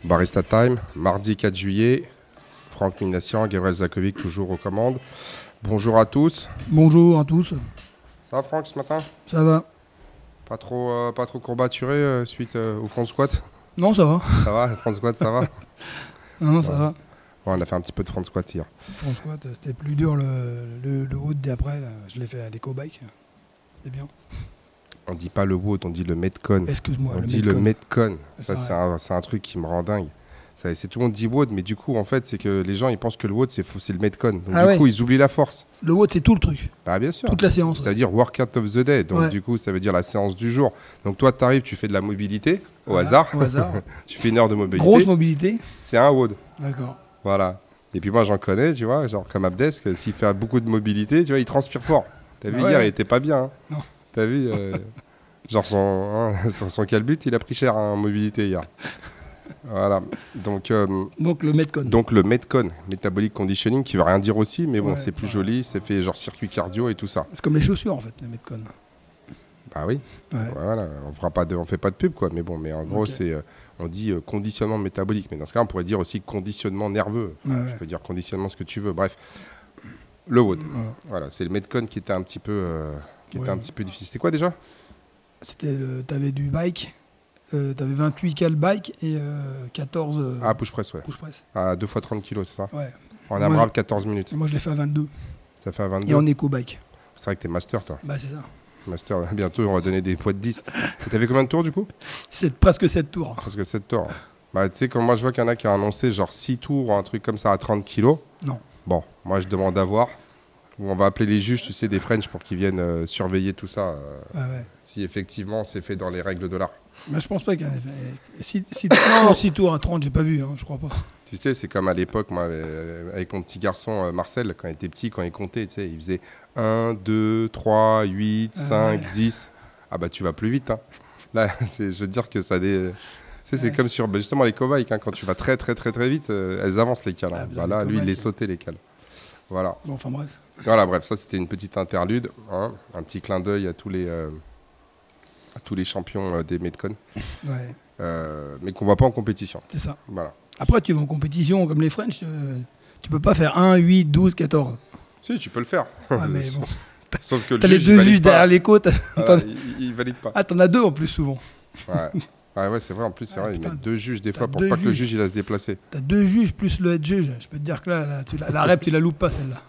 Barista Time, mardi 4 juillet. Franck Minassian, Gabriel Zakovic, toujours aux commandes. Bonjour à tous. Bonjour à tous. Ça va Franck ce matin? Ça va. Pas trop courbaturé suite au front squat? Non, ça va. Ça va, le front squat, ça va? Non, ça va. Ouais, on a fait un petit peu de front squat hier. Front squat, c'était plus dur le haut d'après. Je l'ai fait à l'éco-bike. C'était bien. On dit pas le WOD, on dit le Metcon. Excuse-moi, on dit le Metcon. Ça, c'est un truc qui me rend dingue. Tout le monde dit WOD, mais du coup, en fait, c'est que les gens ils pensent que le WOD, c'est le Metcon. Donc, du coup, ils oublient la force. Le WOD, c'est tout le truc. Bah, bien sûr. Toute la séance. Ça veut dire Workout of the Day. Donc, du coup, ça veut dire la séance du jour. Donc, toi, tu arrives, tu fais de la mobilité au hasard. Au hasard. Tu fais 1 heure de mobilité. Grosse mobilité. C'est un WOD. D'accord. Voilà. Et puis, moi, j'en connais, tu vois, genre comme Abdes, que s'il fait beaucoup de mobilité, tu vois, il transpire fort. T'as vu, hier, il était pas bien. Hein. Non. T'as vu genre, son calbut, il a pris cher en mobilité hier. Voilà. Donc le Metcon. Donc le Metcon, Metabolic Conditioning, qui veut rien dire aussi, mais bon, c'est plus joli, c'est fait genre circuit cardio et tout ça. C'est comme les chaussures en fait, le Metcon. Bah oui. Ouais. Voilà, on fait pas de pub quoi, mais bon, mais en gros on dit conditionnement métabolique, mais dans ce cas on pourrait dire aussi conditionnement nerveux. Tu peux dire conditionnement ce que tu veux, bref. Le WOD. Voilà, c'est le Metcon qui était un petit peu difficile. C'était quoi déjà? T'avais du bike. T'avais 28 cal bike et 14... push press, ouais. Push press. 2 fois 30 kg, c'est ça? Ouais. En AMRAP, 14 minutes. Moi, je l'ai fait à 22. Ça fait à 22? Et en éco-bike. C'est vrai que t'es master, toi. Bah, c'est ça. Master, bientôt, on va donner des poids de 10. T'avais combien de tours, du coup? Presque 7 tours. Presque 7 tours. Bah, tu sais, quand moi, je vois qu'il y en a qui ont annoncé genre 6 tours ou un truc comme ça à 30 kg. Non. Bon, moi, je demande à voir. On va appeler les juges, tu sais, des French pour qu'ils viennent surveiller tout ça. Si effectivement, c'est fait dans les règles de l'art. Bah, je pense pas qu'il y en ait 6 tours à 30, j'ai pas vu, je crois pas. Tu sais, c'est comme à l'époque, moi, avec mon petit garçon Marcel, quand il était petit, quand il comptait, tu sais, il faisait 1, 2, 3, 8, 5, 10. Ah bah tu vas plus vite. Hein. Là, je veux dire que ça... C'est comme sur justement les cobayes, quand tu vas très très très très vite, elles avancent les cales. Hein. Là, lui, il les sautait les cales. Voilà. Bon, enfin bref. Voilà, bref, ça c'était une petite interlude, hein, un petit clin d'œil à tous les champions des Metcon, mais qu'on voit pas en compétition. C'est ça. Voilà. Après, tu vas en compétition comme les French, tu peux pas faire 1, 8, 12, 14. Si, tu peux le faire. Mais bon. Sauf que t'as les deux juges derrière les côtes. Ils valident pas. Ah, t'en as 2 en plus souvent. Ouais, c'est vrai, en plus, c'est vrai, ils mettent 2 juges des fois pour pas que le juge il a se déplacer. T'as 2 juges plus le head juge. Je peux te dire que là la rep, tu la loupes pas celle-là.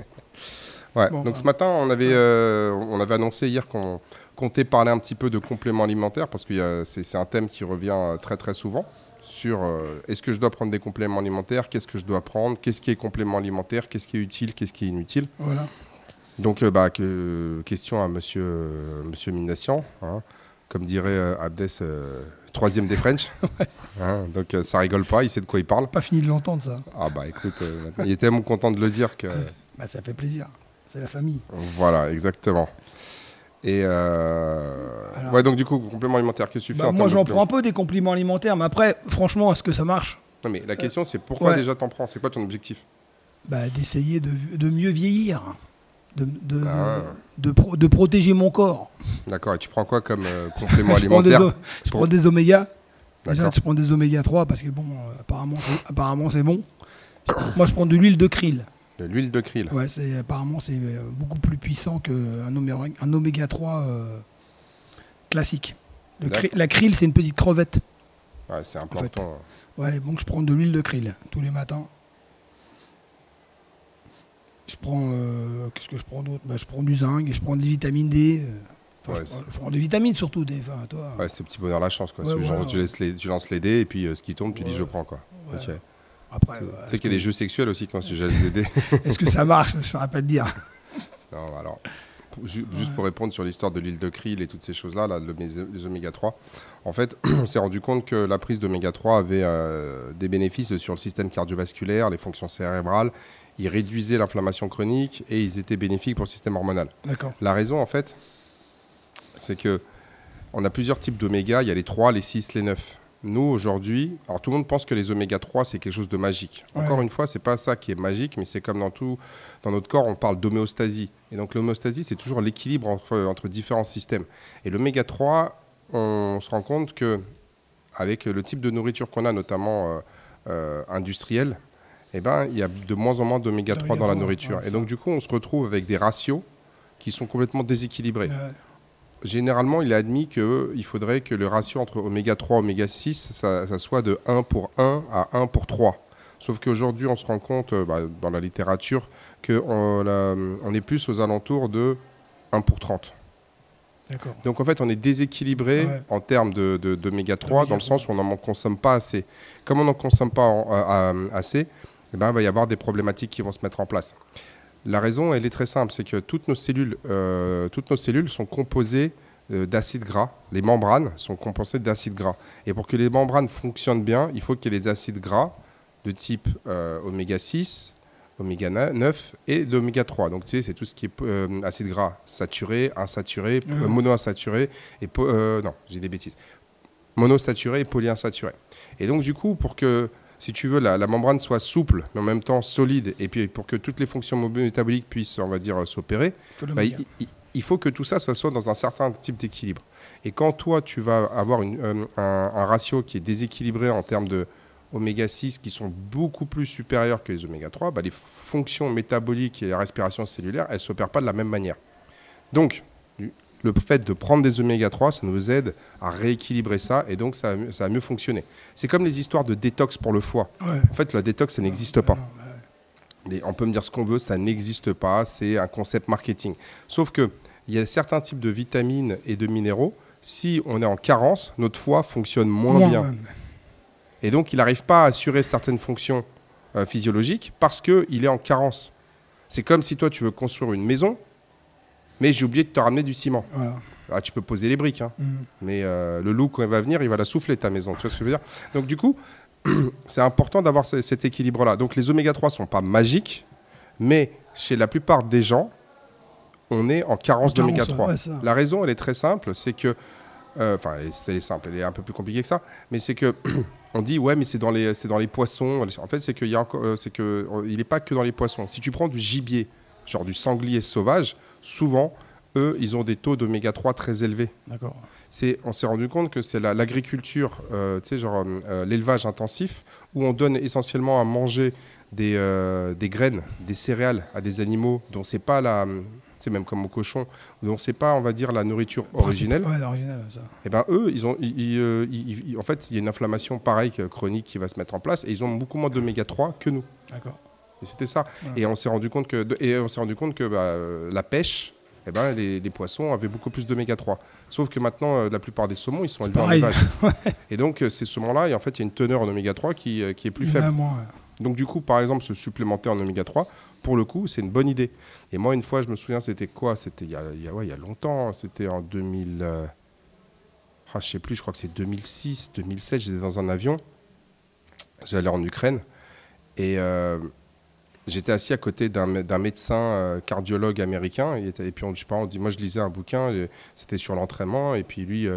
Donc ce matin, on avait annoncé hier qu'on comptait parler un petit peu de compléments alimentaires parce que c'est un thème qui revient très très souvent sur est-ce que je dois prendre des compléments alimentaires, qu'est-ce que je dois prendre, qu'est-ce qui est complément alimentaire, qu'est-ce qui est utile, qu'est-ce qui est inutile. Voilà. Donc question à monsieur Minassian, hein, comme dirait Abdes, troisième des French. Hein, donc ça rigole pas, il sait de quoi il parle. Pas fini de l'entendre ça. Ah bah écoute, il est tellement content de le dire que... ça fait plaisir. C'est la famille. Voilà, exactement. Et donc du coup, compléments alimentaires, qu'est-ce que tu fais moi, j'en prends un peu des compléments alimentaires, mais après, franchement, est-ce que ça marche? Non, mais la question, c'est pourquoi déjà t'en prends? C'est quoi ton objectif? D'essayer de mieux vieillir, de protéger mon corps. D'accord, et tu prends quoi comme complément alimentaire? Je prends des oméga. Déjà, je prends des oméga 3 parce que bon, apparemment c'est bon. Moi, je prends de l'huile de krill. De l'huile de krill. Ouais, apparemment c'est beaucoup plus puissant qu'un oméga 3 classique. La krill, c'est une petite crevette. Ouais, c'est un plancton. En fait. Ouais, donc je prends de l'huile de krill tous les matins. Je prends qu'est-ce que je prends d'autre? Je prends du zinc et je prends des vitamines D. Je prends des vitamines surtout des. Toi. Ouais, c'est petit bonheur la chance quoi. Tu lances les dés et puis ce qui tombe, tu dis je prends quoi. Ouais. Okay. Après, tu sais qu'il y a des jeux sexuels aussi quand tu jettes les dés. Est-ce que ça marche? Je ne saurais pas te dire. Non, alors, juste pour répondre sur l'histoire de l'huile de krill et toutes ces choses-là, les oméga 3, en fait, on s'est rendu compte que la prise d'oméga 3 avait des bénéfices sur le système cardiovasculaire, les fonctions cérébrales, ils réduisaient l'inflammation chronique et ils étaient bénéfiques pour le système hormonal. D'accord. La raison, en fait, c'est qu'on a plusieurs types d'oméga, il y a les 3, les 6, les 9. Nous, aujourd'hui, alors tout le monde pense que les oméga 3, c'est quelque chose de magique. Encore une fois, c'est pas ça qui est magique, mais c'est comme dans notre corps, on parle d'homéostasie. Et donc l'homéostasie, c'est toujours l'équilibre entre différents systèmes. Et l'oméga 3, on se rend compte que avec le type de nourriture qu'on a, notamment industrielle, eh ben, il y a de moins en moins d'oméga 3 dans la nourriture. Et donc, du coup, on se retrouve avec des ratios qui sont complètement déséquilibrés. Généralement, il est admis qu'il faudrait que le ratio entre oméga 3 et oméga 6, ça soit de 1 pour 1 à 1 pour 3. Sauf qu'aujourd'hui, on se rend compte, dans la littérature, qu'on est plus aux alentours de 1 pour 30. D'accord. Donc en fait, on est déséquilibré en termes d'oméga 3, dans le sens où on n'en consomme pas assez. Comme on n'en consomme pas assez, eh ben, il va y avoir des problématiques qui vont se mettre en place. La raison, elle est très simple, c'est que toutes nos cellules sont composées d'acides gras. Les membranes sont composées d'acides gras. Et pour que les membranes fonctionnent bien, il faut qu'il y ait des acides gras de type oméga 6, oméga 9 et d'oméga 3. Donc tu sais, c'est tout ce qui est acides gras saturés, insaturés, monoinsaturés et non, j'ai des bêtises. Monosaturés et polyinsaturés. Et donc du coup, pour que si tu veux, la membrane soit souple, mais en même temps solide, et puis pour que toutes les fonctions métaboliques puissent, on va dire, s'opérer, il faut que tout ça soit dans un certain type d'équilibre. Et quand toi, tu vas avoir un ratio qui est déséquilibré en termes de oméga 6 qui sont beaucoup plus supérieurs que les oméga 3, les fonctions métaboliques et la respiration cellulaire, elles ne s'opèrent pas de la même manière. Donc, le fait de prendre des oméga 3, ça nous aide à rééquilibrer ça et donc ça va mieux fonctionner. C'est comme les histoires de détox pour le foie. En fait, la détox, ça n'existe pas. On peut me dire ce qu'on veut, ça n'existe pas, c'est un concept marketing. Sauf qu'il y a certains types de vitamines et de minéraux, si on est en carence, notre foie fonctionne moins bien. Même. Et donc, il n'arrive pas à assurer certaines fonctions physiologiques parce qu'il est en carence. C'est comme si toi, tu veux construire une maison, mais j'ai oublié de te ramener du ciment. Voilà. Ah, tu peux poser les briques, hein. Mais le loup, quand il va venir, il va la souffler, ta maison. Tu vois ce que je veux dire ? Donc, du coup, c'est important d'avoir cet équilibre-là. Donc, les oméga 3 ne sont pas magiques, mais chez la plupart des gens, on est en carence d'oméga 3. Ouais, la raison, elle est très simple, c'est que... Enfin, elle est simple, elle est un peu plus compliquée que ça, mais c'est que... On dit, ouais, mais c'est dans les poissons. En fait, c'est qu'il n'est pas que dans les poissons. Si tu prends du gibier, genre du sanglier sauvage, souvent, eux, ils ont des taux d'oméga 3 très élevés. D'accord. On s'est rendu compte que c'est l'agriculture, l'élevage intensif, où on donne essentiellement à manger des graines, des céréales à des animaux dont c'est pas c'est même comme au cochon, dont c'est pas, on va dire, la nourriture originelle. Ouais, l'original, ça. Et ben eux, en fait, il y a une inflammation pareille chronique qui va se mettre en place, et ils ont beaucoup moins d'oméga 3 que nous. D'accord. Et c'était ça. Ouais. Et on s'est rendu compte que, la pêche, les poissons avaient beaucoup plus d'oméga 3. Sauf que maintenant, la plupart des saumons, ils sont élevés en élevage. Et donc, ces saumons-là, et en fait, il y a une teneur en oméga 3 qui est plus faible. Donc, du coup, par exemple, se supplémenter en oméga 3, pour le coup, c'est une bonne idée. Et moi, une fois, je me souviens, c'était quoi ? C'était il y a longtemps. C'était en 2000... je sais plus, je crois que c'est 2006, 2007. J'étais dans un avion. J'allais en Ukraine. Et... j'étais assis à côté d'un médecin cardiologue américain et puis on dit, moi je lisais un bouquin, c'était sur l'entraînement et puis lui,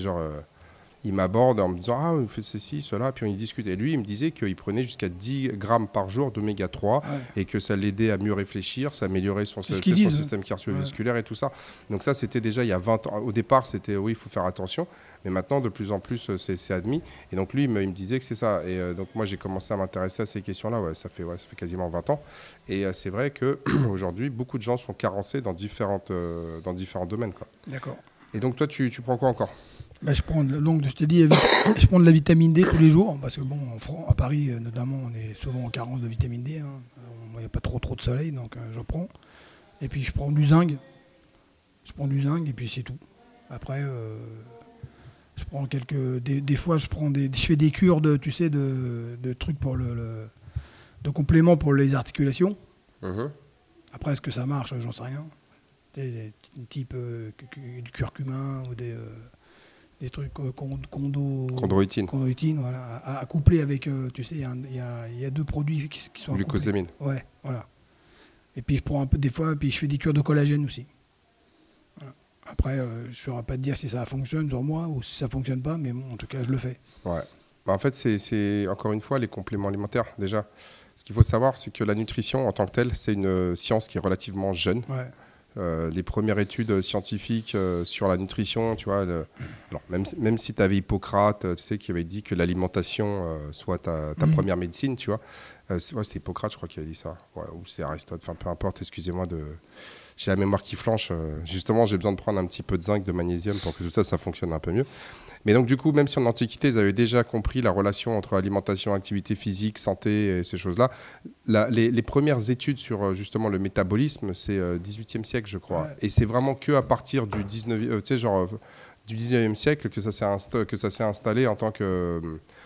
il m'aborde en me disant « Ah, vous faites ceci, cela », puis on y discute. Et lui, il me disait qu'il prenait jusqu'à 10 grammes par jour d'oméga 3 et que ça l'aidait à mieux réfléchir, ça améliorait son système cardiovasculaire et tout ça. Donc ça, c'était déjà il y a 20 ans. Au départ, c'était oui, il faut faire attention, mais maintenant, de plus en plus, c'est admis. Et donc lui, il me disait que c'est ça. Et donc moi, j'ai commencé à m'intéresser à ces questions-là. Ça fait quasiment 20 ans. Et c'est vrai qu'aujourd'hui, beaucoup de gens sont carencés dans différents domaines, quoi. D'accord. Et donc toi, tu prends quoi encore ? Je prends, donc, je te dis, je prends de la vitamine D tous les jours, parce que bon, à Paris, notamment, on est souvent en carence de vitamine D. Il n'y a pas trop de soleil, donc j'en prends. Et puis je prends du zinc. Et puis c'est tout. Après, je prends des fois, je fais des cures de trucs pour de compléments pour les articulations. Après, est-ce que ça marche ? J'en sais rien. Des type du curcumin ou des trucs chondroïtine, voilà, à coupler avec, il y a deux produits qui sont glucosamine. Ouais, voilà. Et puis je prends un peu des fois, puis je fais des cures de collagène aussi. Voilà. Après, je ne saurais pas te dire si ça fonctionne sur moi ou si ça fonctionne pas, mais bon, en tout cas, je le fais. Ouais. En fait, c'est encore une fois les compléments alimentaires déjà. Ce qu'il faut savoir, c'est que la nutrition en tant que telle, c'est une science qui est relativement jeune. Ouais. les premières études scientifiques sur la nutrition, tu vois. Alors, même si tu avais Hippocrate, tu sais, qui avait dit que l'alimentation soit ta première médecine, tu vois. C'était Hippocrate, je crois, qui avait dit ça. Ouais, ou c'est Aristote, enfin peu importe, excusez-moi j'ai la mémoire qui flanche. Justement, j'ai besoin de prendre un petit peu de zinc, de magnésium pour que tout ça fonctionne un peu mieux. Mais donc, du coup, même si en Antiquité, ils avaient déjà compris la relation entre alimentation, activité physique, santé et ces choses-là, les premières études sur justement le métabolisme, c'est 18e siècle, je crois. Ouais. Et c'est vraiment qu'à partir du 19e siècle que ça s'est installé en tant que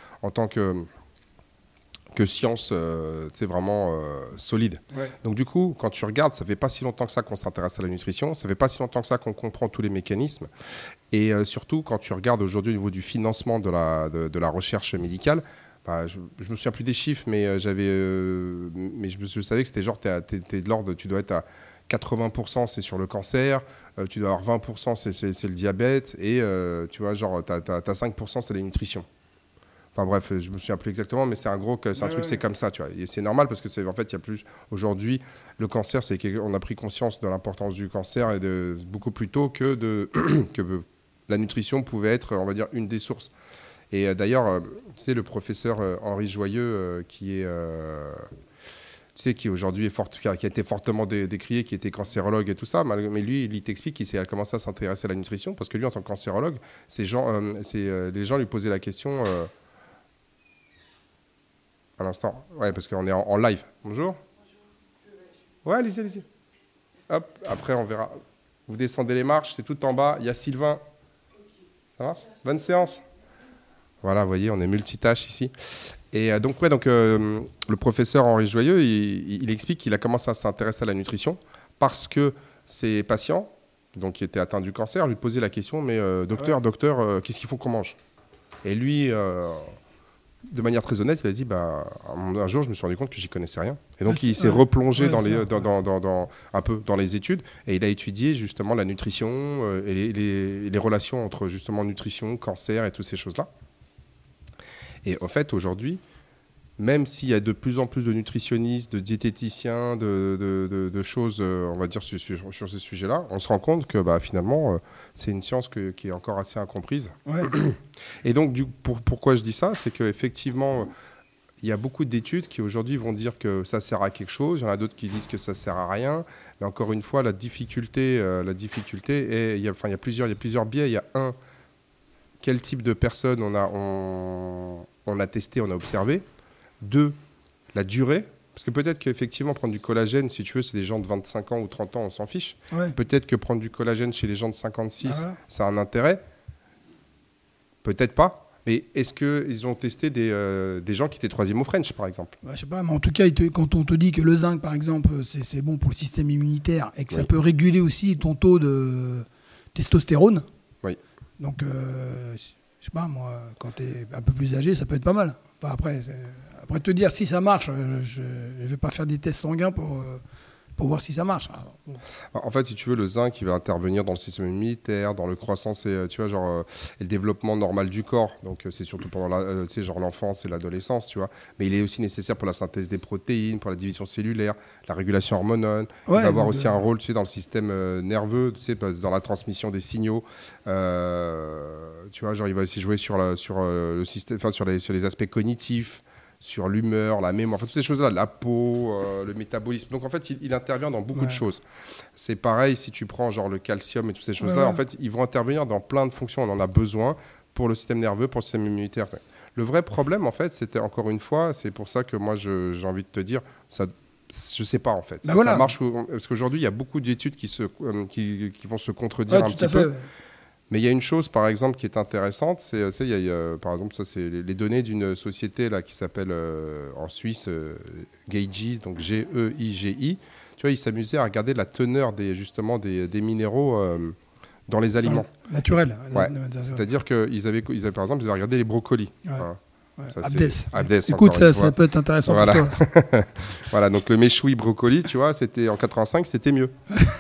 science vraiment solide. Ouais. Donc du coup, quand tu regardes, ça fait pas si longtemps que ça qu'on s'intéresse à la nutrition, ça fait pas si longtemps que ça qu'on comprend tous les mécanismes. Et surtout, quand tu regardes aujourd'hui au niveau du financement de la recherche médicale, je me souviens plus des chiffres, mais je savais que c'était genre, t'es de l'ordre, tu dois être à 80%, c'est sur le cancer, tu dois avoir 20%, c'est le diabète, et tu vois, genre, t'as 5%, c'est la nutrition. Enfin bref, je me souviens plus exactement, mais c'est un truc, c'est comme ça, tu vois. Et c'est normal parce que en fait, il y a plus aujourd'hui le cancer, c'est qu'on a pris conscience de l'importance du cancer et beaucoup plus tôt que la nutrition pouvait être, on va dire, une des sources. Et d'ailleurs, tu sais, le professeur Henri Joyeux, qui aujourd'hui qui a été fortement décrié, qui était cancérologue et tout ça, mais lui, il t'explique qu'il a commencé à s'intéresser à la nutrition parce que lui, en tant que cancérologue, les gens lui posaient la question. À l'instant, ouais, parce qu'on est en live. Bonjour. Ouais, allez-y. Hop, après on verra. Vous descendez les marches, c'est tout en bas. Il y a Sylvain. Ça marche ? Bonne séance. Voilà, vous voyez, on est multitâche ici. Et donc le professeur Henri Joyeux, il explique qu'il a commencé à s'intéresser à la nutrition parce que ses patients, donc qui étaient atteints du cancer, lui posaient la question, mais docteur, qu'est-ce qu'il faut qu'on mange ? Et lui. De manière très honnête, il a dit un jour, je me suis rendu compte que j'y connaissais rien. Et donc, il s'est replongé un peu dans les études et il a étudié justement la nutrition et les relations entre justement nutrition, cancer et toutes ces choses-là. Et en fait, aujourd'hui, même s'il y a de plus en plus de nutritionnistes, de diététiciens, de choses, on va dire, sur ce sujet-là, on se rend compte que finalement, c'est une science qui est encore assez incomprise. Ouais. Et donc, pourquoi je dis ça ? C'est qu'effectivement, il y a beaucoup d'études qui aujourd'hui vont dire que ça sert à quelque chose. Il y en a d'autres qui disent que ça sert à rien. Mais encore une fois, la difficulté est, il y a plusieurs biais. Il y a quel type de personnes on a testé, on a observé. 2, la durée, parce que peut-être qu'effectivement prendre du collagène, si tu veux, c'est des gens de 25 ans ou 30 ans, on s'en fiche. Ouais. Peut-être que prendre du collagène chez les gens de 56, ça a un intérêt. Peut-être pas. Mais est-ce qu'ils ont testé des gens qui étaient troisième au French, par exemple ? Je sais pas, mais en tout cas, quand on te dit que le zinc, par exemple, c'est bon pour le système immunitaire et que ça peut réguler aussi ton taux de testostérone. Oui. Donc, je sais pas, moi, quand tu es un peu plus âgé, ça peut être pas mal. Enfin, après te dire si ça marche, je ne vais pas faire des tests sanguins pour voir si ça marche. Alors, bon. En fait, si tu veux, le zinc, il va intervenir dans le système immunitaire, dans le croissance et le développement normal du corps. Donc, c'est surtout pendant l'enfance et l'adolescence, tu vois. Mais il est aussi nécessaire pour la synthèse des protéines, pour la division cellulaire, la régulation hormonale. Ouais, il va avoir aussi un rôle, tu sais, dans le système nerveux, tu sais, dans la transmission des signaux. Tu vois, il va aussi jouer sur le système, sur les aspects cognitifs. Sur l'humeur, la mémoire, toutes ces choses-là, la peau, le métabolisme. Donc en fait, il intervient dans beaucoup de choses. C'est pareil si tu prends genre le calcium et toutes ces choses-là. En fait, ils vont intervenir dans plein de fonctions. On en a besoin pour le système nerveux, pour le système immunitaire. Le vrai problème, en fait, c'était encore une fois, c'est pour ça que moi, j'ai envie de te dire, ça, je sais pas en fait. Ça marche parce qu'aujourd'hui, il y a beaucoup d'études qui vont se contredire un petit peu. Mais il y a une chose, par exemple, qui est intéressante, c'est, par exemple, ça, c'est les données d'une société là, qui s'appelle en Suisse GEIGI, donc G-E-I-G-I. Tu vois, ils s'amusaient à regarder la teneur des minéraux dans les aliments. Naturels. Ouais. C'est-à-dire qu'ils avaient, par exemple, ils avaient regardé les brocolis. Ouais. Hein. Ouais. Abdès. Écoute, ça peut être intéressant pour toi. Voilà, donc le méchoui brocoli, tu vois, c'était en 85, c'était mieux.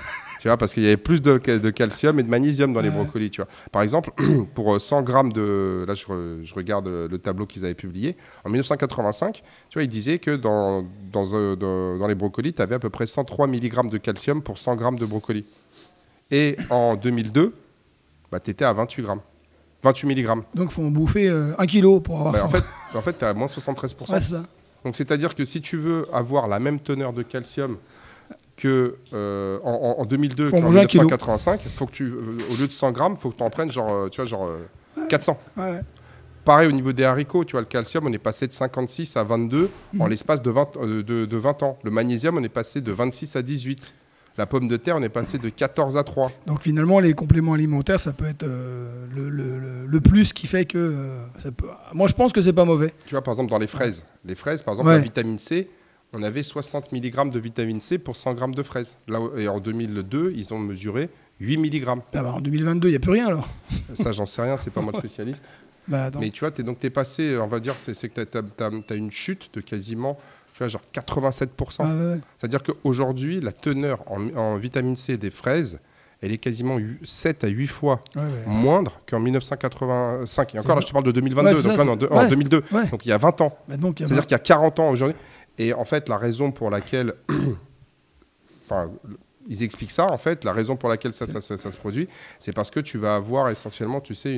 Tu vois, parce qu'il y avait plus de calcium et de magnésium dans les brocolis. Tu vois. Par exemple, pour 100 grammes de... Là, je regarde le tableau qu'ils avaient publié. En 1985, tu vois, ils disaient que dans les brocolis, tu avais à peu près 103 mg de calcium pour 100 grammes de brocolis. Et en 2002, bah, tu étais à 28 grammes. 28 mg. Donc, il faut en bouffer 1 kg pour avoir ça. En fait, tu es à moins 73%. Ouais, c'est ça. Donc, c'est-à-dire que si tu veux avoir la même teneur de calcium que en 2002 qu'en 1985, faut que tu, au lieu de 100 grammes, il faut que tu en prennes genre 400. Ouais. Pareil au niveau des haricots, tu vois, le calcium, on est passé de 56 à 22 en l'espace de 20 ans. Le magnésium, on est passé de 26 à 18. La pomme de terre, on est passé de 14 à 3. Donc finalement, les compléments alimentaires, ça peut être le plus qui fait que... ça peut... Moi, je pense que c'est pas mauvais. Tu vois, par exemple, dans les fraises. Les fraises, par exemple, la vitamine C, on avait 60 mg de vitamine C pour 100 g de fraises. Là, et en 2002, ils ont mesuré 8 mg. Ah bah en 2022, il n'y a plus rien alors. Ça, j'en sais rien, c'est pas moi le spécialiste. Mais tu vois, t'es passé, on va dire, c'est que t'as une chute de quasiment... Tu vois, genre 87%. Ouais. C'est-à-dire qu'aujourd'hui, la teneur en vitamine C des fraises, elle est quasiment 7 à 8 fois moindre qu'en 1985. Et encore, là, je te parle de 2022, donc en 2002. Ouais. Donc il y a 20 ans. Bah c'est-à-dire qu'il y a 40 ans aujourd'hui. Et en fait, la raison pour laquelle... enfin, ils expliquent ça, en fait. La raison pour laquelle ça se produit, c'est parce que tu vas avoir essentiellement, tu sais,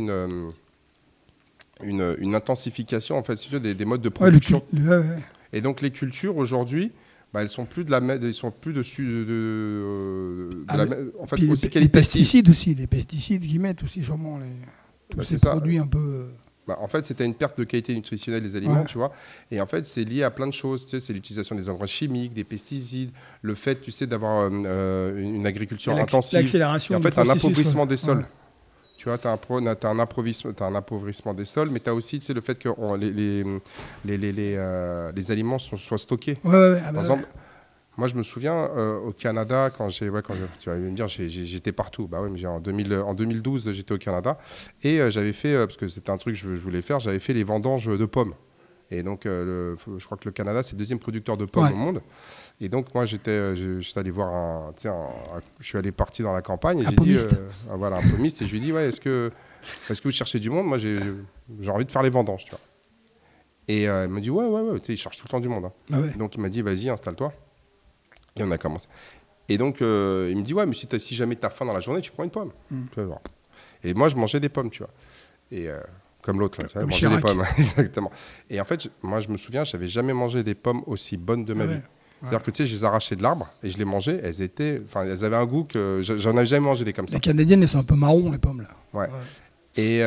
une intensification, en fait, si tu veux, des modes de production. Et donc les cultures aujourd'hui, bah, elles sont plus dessus en fait aussi les pesticides aussi, les pesticides qu'ils mettent aussi sûrement tous ces produits un peu. Bah, en fait, c'était une perte de qualité nutritionnelle des aliments, tu vois. Et en fait, c'est lié à plein de choses. Tu sais, c'est l'utilisation des engrais chimiques, des pesticides, le fait, tu sais, d'avoir une agriculture intensive. L'accélération. Et en fait, un appauvrissement des sols. Tu vois, tu as un appauvrissement des sols, mais tu as aussi le fait que les aliments soient stockés. Par exemple, moi, je me souviens, au Canada, tu vas me dire, j'étais partout. Bah ouais, mais en 2012, j'étais au Canada. Et j'avais fait, parce que c'était un truc que je voulais faire, j'avais fait les vendanges de pommes. Et donc, je crois que le Canada, c'est le deuxième producteur de pommes au monde. Et donc, moi, j'étais allé voir je suis allé partir dans la campagne et j'ai dit, un pommiste, et je lui ai dit, est-ce que vous cherchez du monde? Moi, j'ai envie de faire les vendanges, tu vois. Et il m'a dit, ouais, tu sais, il cherche tout le temps du monde. Hein. Ah ouais. Donc, il m'a dit, vas-y, installe-toi. Et on a commencé. Et donc, il me dit, ouais, mais si jamais tu as faim dans la journée, tu prends une pomme. Tu vois, et moi, je mangeais des pommes, tu vois. Et comme l'autre, là, manger des pommes. Exactement. Et en fait, moi, je me souviens, je n'avais jamais mangé des pommes aussi bonnes de ma vie. C'est-à-dire que tu sais, je les arrachais de l'arbre et je les mangeais. Elles avaient un goût que j'en avais jamais mangé des comme ça. Les canadiennes, elles sont un peu marron, les pommes là. Ouais. Et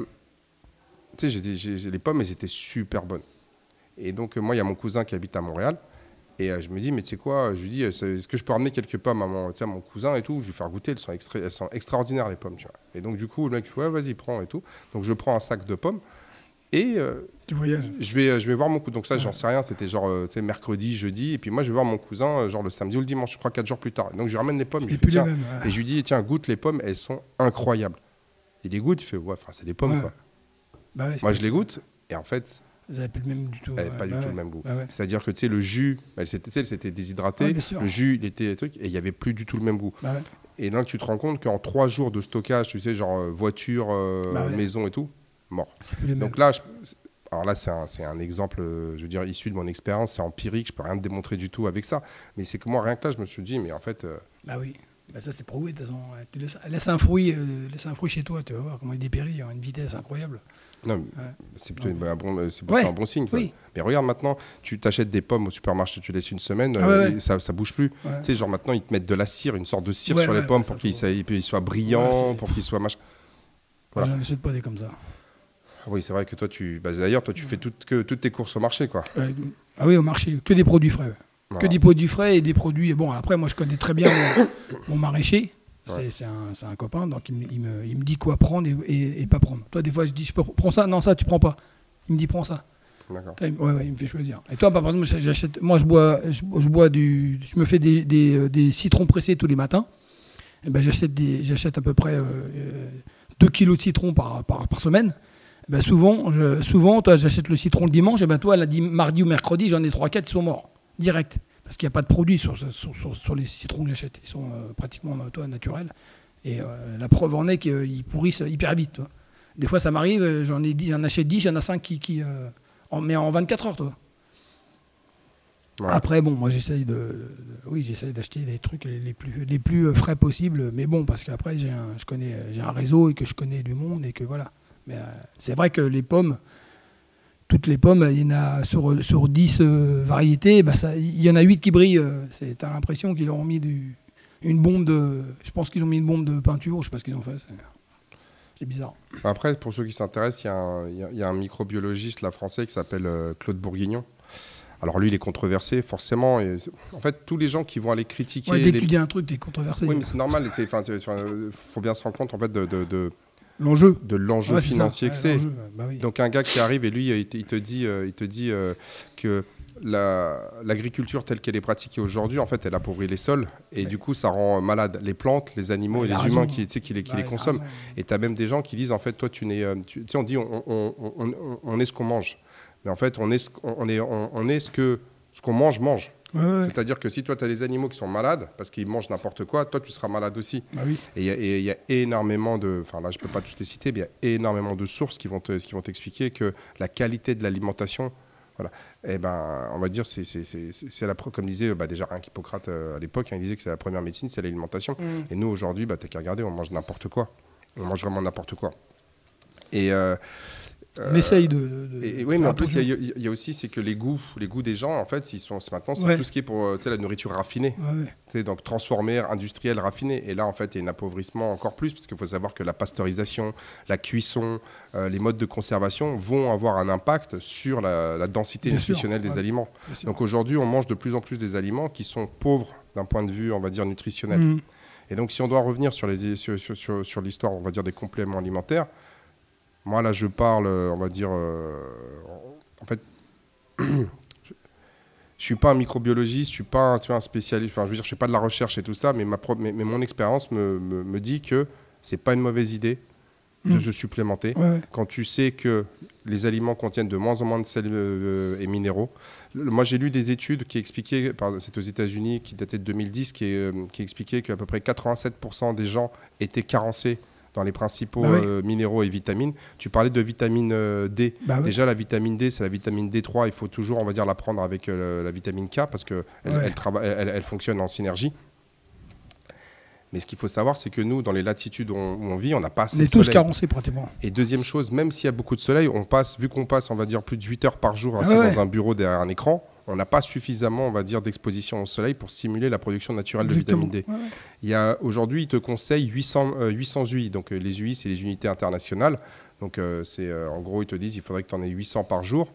tu sais, les pommes, elles étaient super bonnes. Et donc moi, il y a mon cousin qui habite à Montréal. Et je me dis, mais tu sais quoi, je lui dis, est-ce que je peux ramener quelques pommes à mon cousin et tout, je vais lui faire goûter, elles sont extraordinaires les pommes, tu vois. Et donc du coup, le mec, ouais, vas-y, prends et tout. Donc je prends un sac de pommes. Et tu voyages. Je vais voir mon cousin. Donc ça, j'en sais rien. C'était genre mercredi, jeudi. Et puis moi, je vais voir mon cousin genre le samedi ou le dimanche, je crois 4 jours plus tard. Et donc je lui ramène les pommes. Et je lui dis, tiens, goûte les pommes, elles sont incroyables. Il les goûte, il fait, ouais, c'est des pommes, quoi. Bah ouais, moi, je les goûte. Et en fait, elles n'avaient plus le même goût du tout. Elles n'avaient pas du tout le même goût. C'est-à-dire que tu sais, le jus, c'était déshydraté. Le jus, il était truc, et il n'y avait plus du tout le même goût. Et donc tu te rends compte qu'en 3 jours de stockage, tu sais, genre voiture, maison et tout, mort. Donc là, alors là, c'est un exemple, je veux dire, issu de mon expérience, c'est empirique, je peux rien te démontrer du tout avec ça. Mais c'est que moi, rien que là, je me suis dit, mais en fait... Bah oui, ça c'est prouvé, de toute façon. Tu laisses un fruit chez toi, tu vas voir comment il dépérit à une vitesse incroyable. Non, c'est plutôt un bon signe. Quoi. Oui. Mais regarde maintenant, tu t'achètes des pommes au supermarché, tu laisses une semaine, ça bouge plus. Tu sais, genre maintenant, ils te mettent de la cire, une sorte de cire sur les pommes pour qu'ils soient brillants, pour qu'ils soient machin. Voilà. Moi, je n'achète pas des comme ça. Oui, c'est vrai que toi, d'ailleurs, tu fais toutes tes courses au marché, quoi. Ah oui, au marché, que des produits frais. Voilà. Que des produits frais et des produits... Bon, après, moi, je connais très bien mon maraîcher. C'est un copain, donc il me dit quoi prendre et pas prendre. Toi, des fois, je dis, prends ça. Non, ça, tu prends pas. Il me dit, prends ça. D'accord. Il me fait choisir. Et toi, par exemple, j'achète... Moi, je me fais des citrons pressés tous les matins. Et ben, j'achète à peu près 2 kilos de citron par semaine. Ben souvent, toi, j'achète le citron le dimanche, et ben toi, mardi ou mercredi, j'en ai 3-4 qui sont morts, direct. parce qu'il n'y a pas de produits sur les citrons que j'achète. Ils sont pratiquement naturels. Et la preuve en est qu'ils pourrissent hyper vite. Toi. Des fois, ça m'arrive, j'en achète 10, il y en a 5 mais en 24 heures. Toi. Ouais. Après, bon, moi j'essaye d'acheter des trucs les plus frais possibles, mais bon, parce qu'après j'ai un réseau et que je connais du monde et que voilà. Mais c'est vrai que les pommes, toutes les pommes, il y en a sur 10 variétés, bah il y en a 8 qui brillent. T'as l'impression qu'ils leur ont mis une bombe je pense qu'ils ont mis une bombe de peinture, je sais pas ce qu'ils ont fait. C'est bizarre. Après, pour ceux qui s'intéressent, il y a un microbiologiste là, français qui s'appelle Claude Bourguignon. Alors lui, il est controversé, forcément. Et en fait, tous les gens qui vont aller critiquer... Ouais, dès que tu dis un truc, t'es controversé. Oui, mais c'est normal. Il faut bien se rendre compte en fait, de l'enjeu financier que c'est. Bah oui. Donc un gars qui arrive et lui, il te dit que l'agriculture telle qu'elle est pratiquée aujourd'hui, en fait, elle appauvrit les sols. Et du coup, ça rend malade les plantes, les animaux et les humains qui les consomment. Et tu as même des gens qui disent, en fait, toi, on dit on est ce qu'on mange. Mais en fait, on est ce qu'on mange. Ouais. C'est-à-dire que si toi, tu as des animaux qui sont malades, parce qu'ils mangent n'importe quoi, toi, tu seras malade aussi. Bah oui. Et il y a énormément de... Enfin, là, je ne peux pas tous les citer, mais il y a énormément de sources qui vont t'expliquer que la qualité de l'alimentation, voilà, et ben, on va dire, c'est comme disait déjà rien qu'Hippocrate à l'époque, il disait que c'est la première médecine, c'est l'alimentation. Et nous, aujourd'hui, tu n'as qu'à regarder, on mange n'importe quoi. On mange vraiment n'importe quoi. Et... on essaye oui, mais en plus, il y a aussi, c'est que les goûts des gens, en fait, maintenant, c'est tout ce qui est pour la nourriture raffinée. Ouais. Donc, transformée, industrielle, raffinée. Et là, en fait, il y a un appauvrissement encore plus, parce qu'il faut savoir que la pasteurisation, la cuisson, les modes de conservation vont avoir un impact sur la densité nutritionnelle des aliments. Donc, aujourd'hui, on mange de plus en plus des aliments qui sont pauvres d'un point de vue, on va dire, nutritionnel. Et donc, si on doit revenir sur l'histoire, on va dire, des compléments alimentaires, moi, là, je parle, on va dire... en fait, je ne suis pas un microbiologiste, je ne suis pas un spécialiste, enfin, je veux dire, je ne fais pas de la recherche et tout ça, mais mon expérience me dit que ce n'est pas une mauvaise idée de se supplémenter. Ouais. Quand tu sais que les aliments contiennent de moins en moins de sels et minéraux. Moi, j'ai lu des études qui expliquaient, c'est aux États-Unis, qui dataient de 2010, qui expliquaient qu'à peu près 87% des gens étaient carencés dans les principaux minéraux et vitamines. Tu parlais de vitamine D. Déjà, la vitamine D, c'est la vitamine D3. Il faut toujours, on va dire, la prendre avec la vitamine K parce qu'elle elle fonctionne en synergie. Mais ce qu'il faut savoir, c'est que nous, dans les latitudes où on vit, on n'a pas assez de soleil. On est tous carencés pratiquement. Et deuxième chose, même s'il y a beaucoup de soleil, vu qu'on passe, on va dire, plus de 8 heures par jour assis dans un bureau derrière un écran, on n'a pas suffisamment, on va dire, d'exposition au soleil pour stimuler la production naturelle de vitamine D. Aujourd'hui, ils te conseillent 800 UI. Donc les UI, c'est les unités internationales. Donc en gros, ils te disent qu'il faudrait que tu en aies 800 par jour.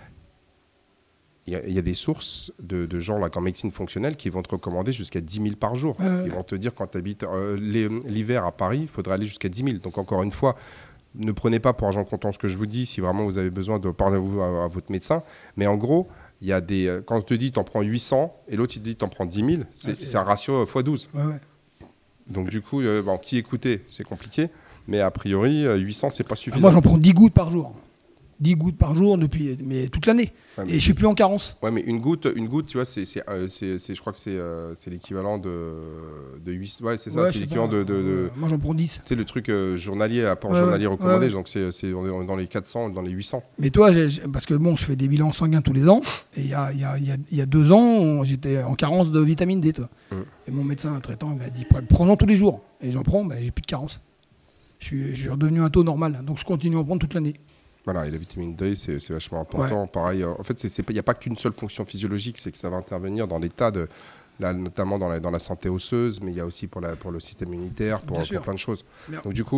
Il y a des sources de gens là, en médecine fonctionnelle qui vont te recommander jusqu'à 10 000 par jour. Ils vont te dire, quand tu habites l'hiver à Paris, il faudrait aller jusqu'à 10 000. Donc encore une fois, ne prenez pas pour argent comptant ce que je vous dis si vraiment vous avez besoin de parler à votre médecin. Mais en gros, il y a quand on te dit tu en prends 800 et l'autre il te dit tu en prends 10 000, c'est un ratio x12. Donc du coup, qui écouter, c'est compliqué. Mais a priori, 800, c'est pas suffisant. Moi, j'en prends 10 gouttes par jour. 10 gouttes par jour mais toute l'année. Et je suis plus en carence. Ouais, mais une goutte, tu vois, je crois que c'est l'équivalent de 8. Ouais, c'est ça, c'est l'équivalent de. Moi, j'en prends 10. C'est le truc journalier, apport journalier recommandé, donc on est dans les 400, dans les 800. Mais toi, parce que bon, je fais des bilans sanguins tous les ans, et il y a 2 ans, j'étais en carence de vitamine D, toi. Et mon médecin traitant m'a dit, prends-en tous les jours. Et j'en prends, j'ai plus de carence. Je suis redevenu un taux normal, donc je continue à en prendre toute l'année. Voilà, et la vitamine D, c'est vachement important. Pareil, en fait, il n'y a pas qu'une seule fonction physiologique, c'est que ça va intervenir dans des tas de... Là, notamment dans la santé osseuse, mais il y a aussi pour le système immunitaire, pour plein de choses. Donc du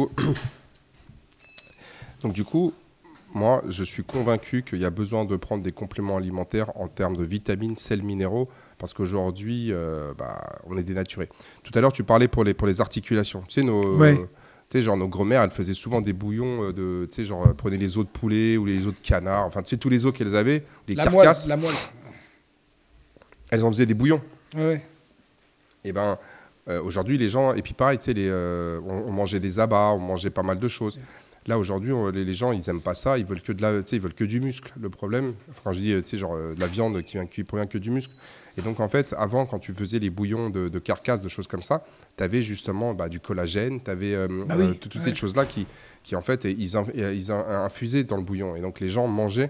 coup, moi, je suis convaincu qu'il y a besoin de prendre des compléments alimentaires en termes de vitamines, sels, minéraux, parce qu'aujourd'hui, on est dénaturé. Tout à l'heure, tu parlais pour les articulations. Tu sais, genre nos grand-mères, elles faisaient souvent des bouillons prenaient les os de poulet ou les os de canard, enfin tu sais tous les os qu'elles avaient, les carcasses. La moelle. Elles en faisaient des bouillons. Et aujourd'hui les gens, et puis pareil, tu sais on mangeait des abats, on mangeait pas mal de choses. Là aujourd'hui les gens ils aiment pas ça, ils veulent que ils veulent que du muscle. Le problème, quand je dis de la viande qui provient que du muscle. Et donc, en fait, avant, quand tu faisais les bouillons de carcasse, de choses comme ça, tu avais justement du collagène, tu avais toutes ces choses-là qui, en fait, ils infusaient dans le bouillon. Et donc, les gens mangeaient,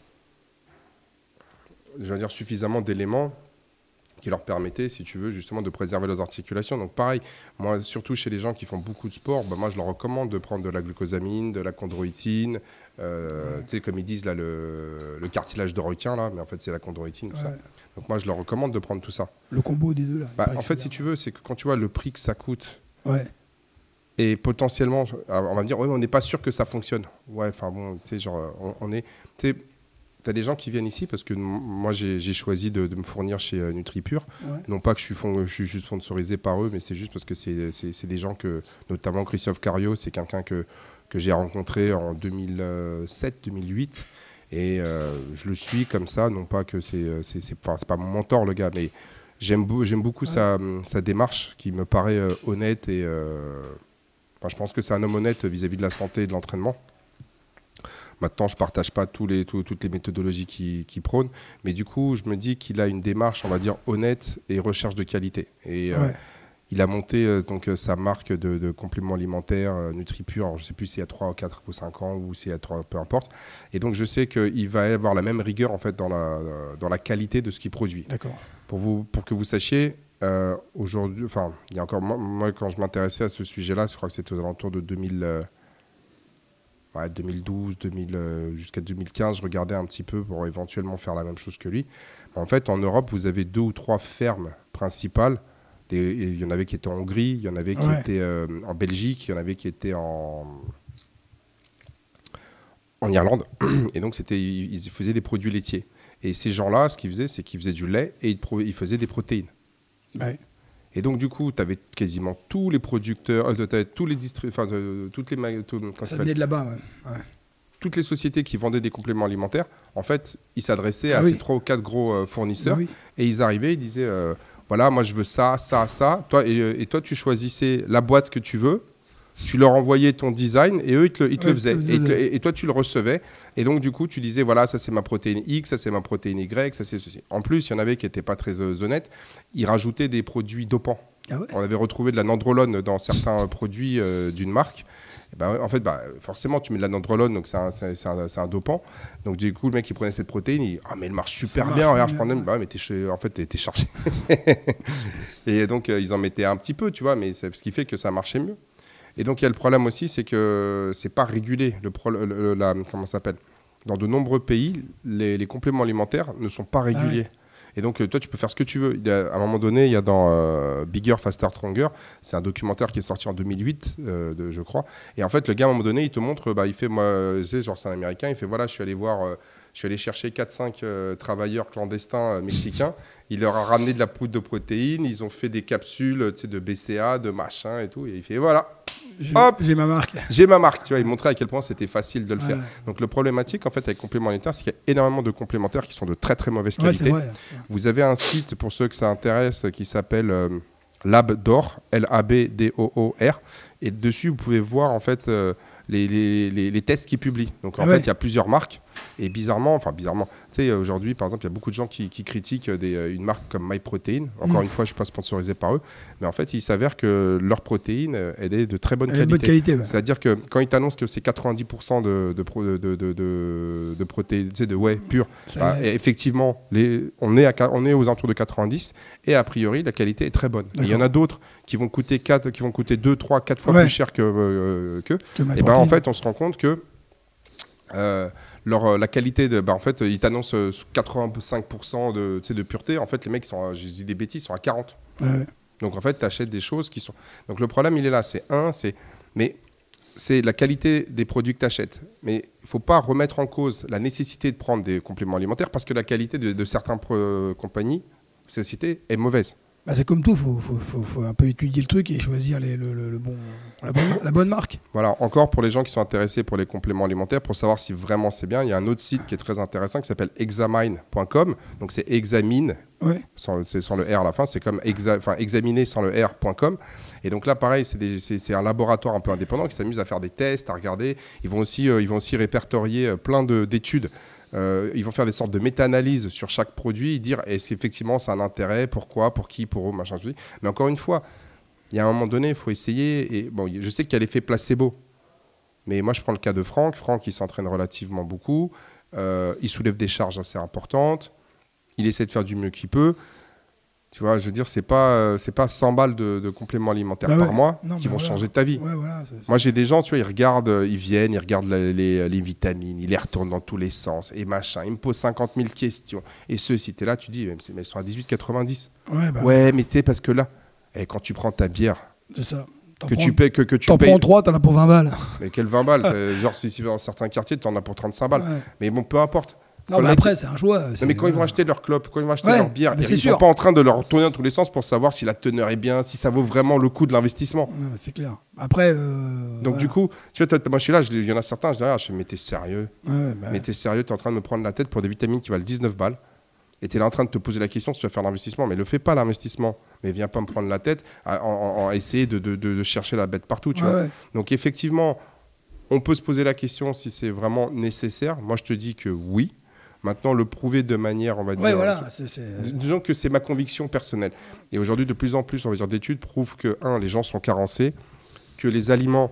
je veux dire, suffisamment d'éléments qui leur permettaient, si tu veux, justement de préserver leurs articulations. Donc pareil, moi, surtout chez les gens qui font beaucoup de sport, moi je leur recommande de prendre de la glucosamine, de la chondroïtine, tu sais, comme ils disent là, le cartilage de requin, là, mais en fait c'est la chondroïtine, tout ça. Donc moi je leur recommande de prendre tout ça. Le combo des deux là. En fait, si tu veux, c'est que quand tu vois le prix que ça coûte, et potentiellement, on va me dire, ouais, on n'est pas sûr que ça fonctionne. Ouais, enfin bon, tu sais, genre, on est... Tu as des gens qui viennent ici parce que moi, j'ai choisi de me fournir chez NutriPure. Non pas que je suis juste sponsorisé par eux, mais c'est juste parce que c'est des gens que, notamment Christophe Cario, c'est quelqu'un que j'ai rencontré en 2007-2008. Et je le suis comme ça, non pas que c'est pas mon mentor, le gars, mais j'aime beaucoup sa démarche qui me paraît honnête. Et je pense que c'est un homme honnête vis-à-vis de la santé et de l'entraînement. Maintenant, je ne partage pas toutes les méthodologies qu'il prône, mais du coup, je me dis qu'il a une démarche, on va dire, honnête et recherche de qualité. Et il a monté sa marque de compléments alimentaires NutriPure. Alors, je ne sais plus s'il y a 3, 4 ou 5 ans ou s'il y a 3, peu importe. Et donc, je sais qu'il va avoir la même rigueur en fait, dans la qualité de ce qu'il produit. D'accord. Pour que vous sachiez, aujourd'hui, il y a encore, moi, quand je m'intéressais à ce sujet-là, je crois que c'était aux alentours de 2012, jusqu'à 2015, je regardais un petit peu pour éventuellement faire la même chose que lui. En fait, en Europe, vous avez 2 ou 3 fermes principales. Il y en avait qui étaient en Hongrie, il y en avait qui étaient en Belgique, il y en avait qui étaient en Irlande. Et donc, ils faisaient des produits laitiers. Et ces gens-là, ce qu'ils faisaient, c'est qu'ils faisaient du lait et ils faisaient des protéines. Ouais. Et donc, du coup, tu avais quasiment tous les producteurs, tous les distributeurs, toutes les ça venait de là-bas, toutes les sociétés qui vendaient des compléments alimentaires, en fait, ils s'adressaient à ces 3 ou 4 gros fournisseurs et ils arrivaient, ils disaient voilà, moi je veux ça, ça, ça. Et toi, tu choisissais la boîte que tu veux, tu leur envoyais ton design et eux, ils te le faisaient. Et toi, tu le recevais. Et donc, du coup, tu disais voilà, ça c'est ma protéine X, ça c'est ma protéine Y, ça c'est ceci. En plus, il y en avait qui n'étaient pas très honnêtes, ils rajoutaient des produits dopants. On avait retrouvé de la nandrolone dans certains produits d'une marque. En fait, forcément, tu mets de la nandrolone, donc c'est un dopant. Donc, du coup, le mec, il prenait cette protéine, il dit « Ah, mais elle marche super bien, regarde, je prends même. » mais en fait, t'es chargé. Et donc, ils en mettaient un petit peu, tu vois, mais c'est ce qui fait que ça marchait mieux. Et donc, il y a le problème aussi, c'est que c'est pas régulé. Comment ça s'appelle ? Dans de nombreux pays, les compléments alimentaires ne sont pas réguliers. Et donc, toi, tu peux faire ce que tu veux. À un moment donné, il y a dans Bigger, Faster, Stronger, c'est un documentaire qui est sorti en 2008, je crois. Et en fait, le gars, à un moment donné, il te montre, il fait, c'est un Américain, il fait, voilà, je suis allé chercher 4-5 travailleurs clandestins mexicains. Il leur a ramené de la poudre de protéines, ils ont fait des capsules de BCA, de machin et tout. Et il fait, voilà. J'ai ma marque. J'ai ma marque, tu vois. Il montrait à quel point c'était facile de le faire. Donc, le problématique, en fait, avec compléments alimentaires, c'est qu'il y a énormément de complémentaires qui sont de très, très mauvaise qualité. Vrai. Vous avez un site, pour ceux que ça intéresse, qui s'appelle Labdoor, Labdoor. Et dessus, vous pouvez voir, en fait, les tests qu'ils publient. Donc, en fait, il y a plusieurs marques. Et bizarrement, tu sais, aujourd'hui, par exemple, il y a beaucoup de gens qui critiquent une marque comme MyProtein. Encore une fois, je ne suis pas sponsorisé par eux. Mais en fait, il s'avère que leur protéine, elle est de très bonne qualité. C'est-à-dire que quand ils t'annoncent que c'est 90% de protéines, tu sais, de whey pur, effectivement, on est aux alentours de 90. Et a priori, la qualité est très bonne. Il y en a d'autres qui vont coûter 2, 3, 4 fois plus cher que et en fait, on se rend compte que la qualité en fait, ils t'annoncent 85% de pureté. En fait, les mecs, je dis des bêtises, sont à 40. Donc, en fait, tu achètes des choses qui sont... Donc, le problème, il est là. C'est la qualité des produits que tu achètes. Mais il ne faut pas remettre en cause la nécessité de prendre des compléments alimentaires parce que la qualité de certaines compagnies, sociétés, est mauvaise. C'est comme tout, il faut un peu étudier le truc et choisir la bonne marque. Voilà, encore pour les gens qui sont intéressés pour les compléments alimentaires, pour savoir si vraiment c'est bien, il y a un autre site qui est très intéressant qui s'appelle examine.com. Donc c'est examine, c'est sans le R à la fin, c'est comme examiner sans le R.com. Et donc là, pareil, c'est un laboratoire un peu indépendant qui s'amuse à faire des tests, à regarder. Ils vont aussi répertorier plein d'études Ils vont faire des sortes de méta-analyses sur chaque produit et dire est-ce qu'effectivement ça a un intérêt, pourquoi, pour qui, pour eux, machin. Mais encore une fois, il y a un moment donné, il faut essayer. Et bon, je sais qu'il y a l'effet placebo. Mais moi, je prends le cas de Franck. Franck, il s'entraîne relativement beaucoup. Il soulève des charges assez importantes. Il essaie de faire du mieux qu'il peut. Tu vois, je veux dire, c'est pas 100 balles de compléments alimentaires par mois qui vont changer ta vie. Ouais, voilà, moi, j'ai des gens, tu vois, ils regardent, ils viennent, ils regardent les vitamines, ils les retournent dans tous les sens et machin. Ils me posent 50 000 questions. Et ceux, si tu es là, tu dis, mais ils sont à 18,90. Ouais, mais c'est parce que là, quand tu prends ta bière, c'est ça. Tu payes. T'en prends 3, t'en as pour 20 balles. Mais quelles 20 balles genre, si dans certains quartiers, t'en as pour 35 balles. Ouais. Mais bon, peu importe. Non, mais après, c'est un choix. Non, mais quand ils vont acheter leur clope, quand ils vont acheter leur bière, ils ne sont pas en train de leur retourner dans tous les sens pour savoir si la teneur est bien, si ça vaut vraiment le coup de l'investissement. Ouais, c'est clair. Après. Donc, du coup, tu vois, moi, je suis là, il y en a certains, je dis, mais t'es sérieux. Mais t'es sérieux, t'es en train de me prendre la tête pour des vitamines qui valent 19 balles. Et tu es là en train de te poser la question si tu vas faire l'investissement. Mais ne le fais pas, l'investissement. Mais viens pas me prendre la tête en essayer de chercher la bête partout. Tu vois. Donc, effectivement, on peut se poser la question si c'est vraiment nécessaire. Moi, je te dis que oui. Maintenant, le prouver de manière, on va dire... voilà. Disons que c'est ma conviction personnelle. Et aujourd'hui, de plus en plus, on va dire, d'études prouvent que, les gens sont carencés, que les aliments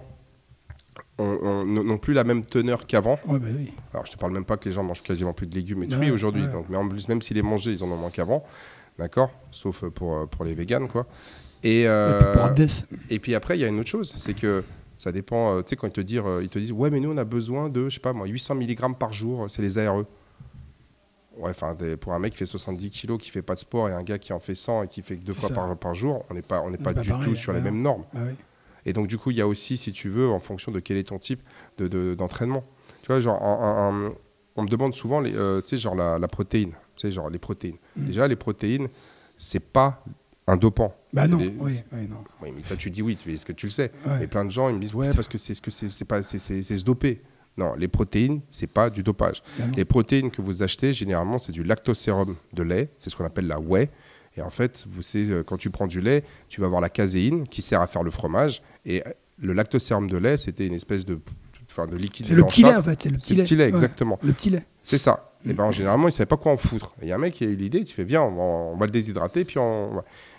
n'ont plus la même teneur qu'avant. Ouais, bah oui. Alors, je ne te parle même pas que les gens mangent quasiment plus de légumes et de fruits aujourd'hui. Donc, mais en plus, même s'ils les mangeaient, ils en ont moins qu'avant. D'accord ? Sauf pour les véganes, quoi. Et puis après, il y a une autre chose, c'est que ça dépend... tu sais, quand ils te disent, ouais, mais nous, on a besoin de, je sais pas moi, 800 mg par jour, c'est les ARE. Ouais, pour un mec qui fait 70 kilos, qui fait pas de sport, et un gars qui en fait 100 et qui fait que 2 fois par jour, on n'est pas du tout sur les mêmes normes. Oui. Et donc, du coup, il y a aussi, si tu veux, en fonction de quel est ton type d'entraînement. Tu vois, genre, on me demande souvent, tu sais, genre la protéine. Tu sais, genre les protéines. Déjà, les protéines, c'est pas un dopant. Bah non, non. Oui, mais toi, tu dis oui, est-ce que tu le sais. Ouais. Mais plein de gens, ils me disent, ouais, parce que c'est se doper. Non, les protéines, c'est pas du dopage. Les protéines que vous achetez, généralement, c'est du lactosérum de lait. C'est ce qu'on appelle la whey. Et en fait, quand tu prends du lait, tu vas avoir la caséine qui sert à faire le fromage. Et le lactosérum de lait, c'était une espèce de liquide. C'est le petit lait, en fait. C'est le petit lait, exactement. Le petit lait. C'est ça. Et généralement, ils ne savaient pas quoi en foutre. Il y a un mec qui a eu l'idée, tu fais bien, on va le déshydrater, puis on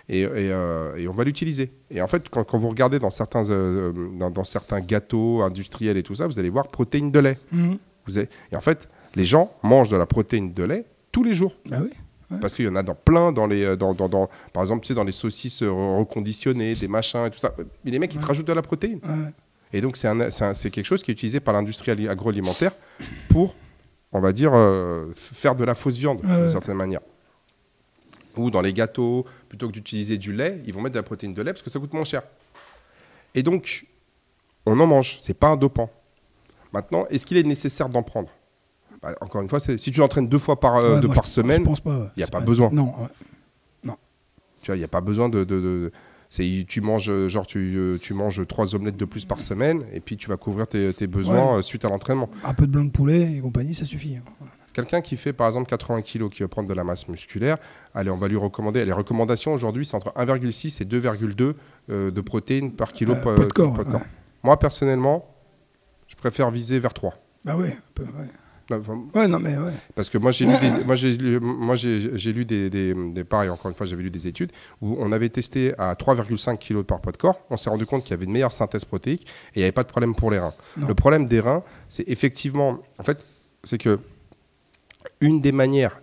va l'utiliser. Et en fait, quand vous regardez dans certains gâteaux industriels et tout ça, vous allez voir protéines de lait. Et en fait, les gens mangent de la protéine de lait tous les jours. Bah oui. Ouais. Parce qu'il y en a plein par exemple, tu sais, dans les saucisses reconditionnées, des machins et tout ça. Mais les mecs, ils te rajoutent de la protéine. Ouais. Et donc, c'est quelque chose qui est utilisé par l'industrie agroalimentaire pour, on va dire, faire de la fausse viande, d'une certaine manière. Ou dans les gâteaux, plutôt que d'utiliser du lait, ils vont mettre de la protéine de lait parce que ça coûte moins cher. Et donc, on en mange. C'est pas un dopant. Maintenant, est-ce qu'il est nécessaire d'en prendre ? Encore une fois, si tu l'entraînes 2 fois par semaine, il n'y a pas besoin. Non. Tu vois, il n'y a pas besoin tu manges 3 omelettes de plus par semaine et puis tu vas couvrir tes besoins suite à l'entraînement. Un peu de blanc de poulet et compagnie, ça suffit. Quelqu'un qui fait par exemple 80 kg, qui va prendre de la masse musculaire, allez, on va lui recommander. Les recommandations aujourd'hui, c'est entre 1,6 et 2,2 de protéines par kilo poids de corps. Moi, personnellement, je préfère viser vers 3. Bah oui, un peu, Parce que moi, j'ai lu des pareil, encore une fois, j'avais lu des études où on avait testé à 3,5 kg par poids de corps. On s'est rendu compte qu'il y avait une meilleure synthèse protéique et il n'y avait pas de problème pour les reins. Non. Le problème des reins, c'est effectivement, en fait, c'est que une des manières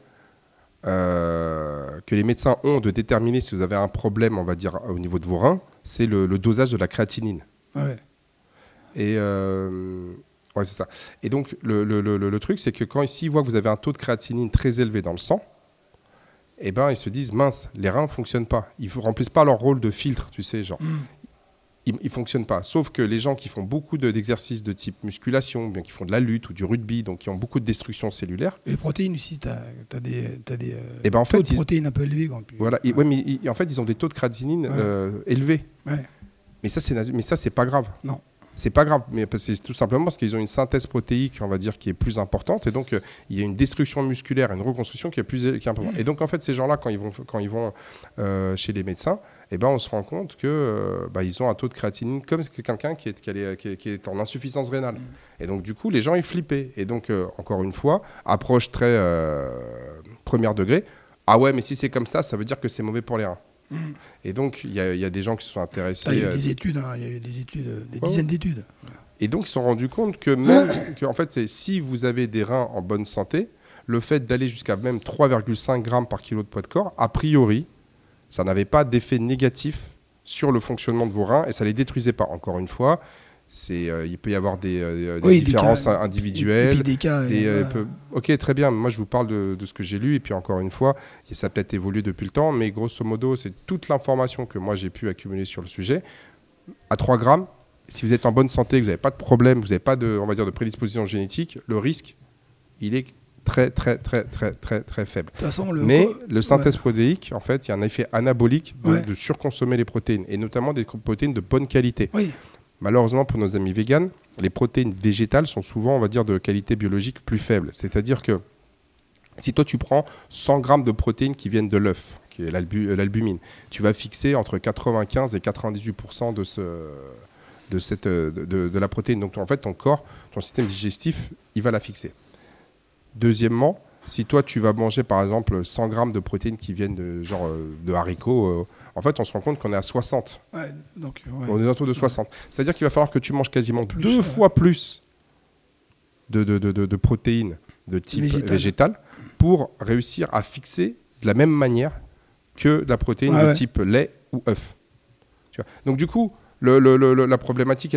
que les médecins ont de déterminer si vous avez un problème, on va dire, au niveau de vos reins, c'est le dosage de la créatinine. Ouais. Et c'est ça. Et donc, le truc, c'est que quand ils voient que vous avez un taux de créatinine très élevé dans le sang, eh ben, ils se disent, mince, les reins ne fonctionnent pas. Ils ne remplissent pas leur rôle de filtre, tu sais, genre. Ils ne fonctionnent pas. Sauf que les gens qui font beaucoup d'exercices de type musculation, ou bien qui font de la lutte ou du rugby, donc qui ont beaucoup de destruction cellulaire. Et les protéines aussi, tu as des taux de protéines un peu élevés. Voilà. En fait, ils ont des taux de créatinine élevés. Ouais. Mais ça, c'est pas grave. Non. C'est pas grave, mais c'est tout simplement parce qu'ils ont une synthèse protéique, on va dire, qui est plus importante, et donc il y a une destruction musculaire, une reconstruction qui est importante. Et donc en fait, ces gens-là, quand ils vont chez les médecins, eh ben, on se rend compte que ils ont un taux de créatinine comme quelqu'un qui est en insuffisance rénale. Et donc du coup, les gens ils flippaient. Et donc encore une fois, approche très premier degré. Ah ouais, mais si c'est comme ça veut dire que c'est mauvais pour les reins. Et donc, il y a des gens qui se sont intéressés. Il y a eu des études, il y a eu des études, des dizaines d'études. Et donc, ils se sont rendus compte que même, en fait, si vous avez des reins en bonne santé, le fait d'aller jusqu'à même 3,5 grammes par kilo de poids de corps, a priori, ça n'avait pas d'effet négatif sur le fonctionnement de vos reins et ça ne les détruisait pas. Encore une fois, il peut y avoir des différences individuelles. Et puis des cas. Ok, très bien. Moi, je vous parle de ce que j'ai lu. Et puis, encore une fois, ça a peut-être évolué depuis le temps. Mais grosso modo, c'est toute l'information que moi, j'ai pu accumuler sur le sujet. À 3 grammes, si vous êtes en bonne santé, que vous n'avez pas de problème, vous n'avez pas de prédisposition génétique, le risque, il est très, très, très, très, très, très faible. De toute façon, le synthèse protéique, en fait, il y a un effet anabolique de surconsommer les protéines. Et notamment des protéines de bonne qualité. Oui. Malheureusement, pour nos amis véganes, les protéines végétales sont souvent, on va dire, de qualité biologique plus faible. C'est-à-dire que si toi, tu prends 100 grammes de protéines qui viennent de l'œuf, qui est l'albumine, tu vas fixer entre 95 et 98% de la protéine. Donc, en fait, ton corps, ton système digestif, il va la fixer. Deuxièmement, si toi, tu vas manger, par exemple, 100 grammes de protéines qui viennent de haricots, en fait, on se rend compte qu'on est à 60. On est autour de 60. C'est-à-dire qu'il va falloir que tu manges quasiment deux fois plus de protéines de type végétal pour réussir à fixer de la même manière que la protéine de type lait ou œuf. Tu vois. Donc, du coup, la problématique,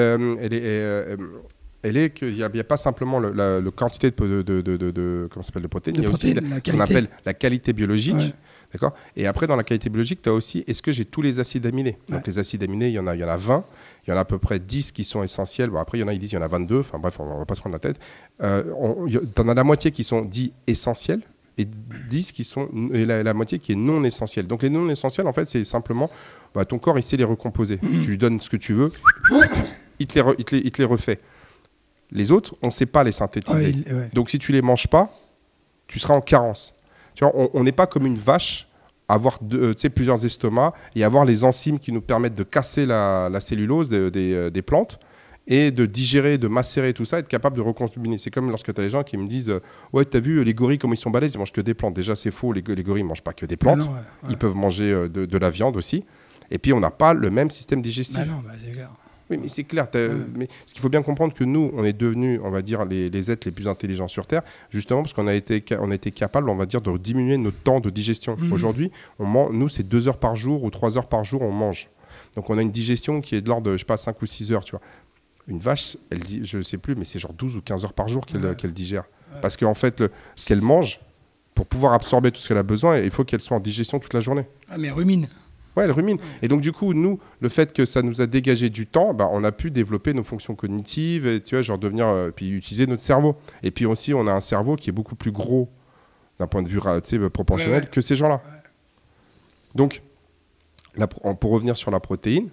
elle est qu'il n'y a pas simplement la quantité de protéines, il y a aussi ce qu'on appelle la qualité biologique. Ouais. D'accord. Et après, dans la qualité biologique, tu as aussi, est-ce que j'ai tous les acides aminés ? Donc, les acides aminés, il y en a 20. Il y en a à peu près 10 qui sont essentiels. Bon, après, ils disent qu'il y en a 22. Enfin bref, on ne va pas se prendre la tête. Tu en as la moitié qui sont dits essentiels et 10 qui sont la moitié qui est non essentielle. Donc, les non essentiels, en fait, c'est simplement ton corps, il sait les recomposer. Tu lui donnes ce que tu veux, il te les refait. Les autres, on ne sait pas les synthétiser. Donc, si tu ne les manges pas, tu seras en carence. Tu vois, on n'est pas comme une vache, avoir plusieurs estomacs et avoir les enzymes qui nous permettent de casser la cellulose des plantes et de digérer, de macérer tout ça, être capable de recombiner. C'est comme lorsque tu as des gens qui me disent ouais, tu as vu les gorilles comme ils sont balèzes, ils mangent que des plantes. Déjà, c'est faux, les gorilles ne mangent pas que des plantes. Ils peuvent manger de la viande aussi. Et puis, on n'a pas le même système digestif. C'est clair. Oui, mais c'est clair. Mais ce qu'il faut bien comprendre, que nous, on est devenus, on va dire, les êtres les plus intelligents sur Terre, justement parce qu'on a été capable, on va dire, de diminuer notre temps de digestion. Aujourd'hui, nous, c'est 2 heures par jour ou 3 heures par jour, on mange. Donc, on a une digestion qui est de l'ordre de, je sais pas, 5 ou 6 heures, tu vois. Une vache, elle dit, je ne sais plus, mais c'est genre 12 ou 15 heures par jour qu'elle digère. Parce qu'en fait, ce qu'elle mange, pour pouvoir absorber tout ce qu'elle a besoin, il faut qu'elle soit en digestion toute la journée. Ah, mais elle rumine. Ouais, elle rumine. Et donc, du coup, nous, le fait que ça nous a dégagé du temps, on a pu développer nos fonctions cognitives, et, tu vois, genre puis utiliser notre cerveau. Et puis aussi, on a un cerveau qui est beaucoup plus gros d'un point de vue proportionnel que ces gens-là. Ouais. Donc, pour revenir sur la protéine,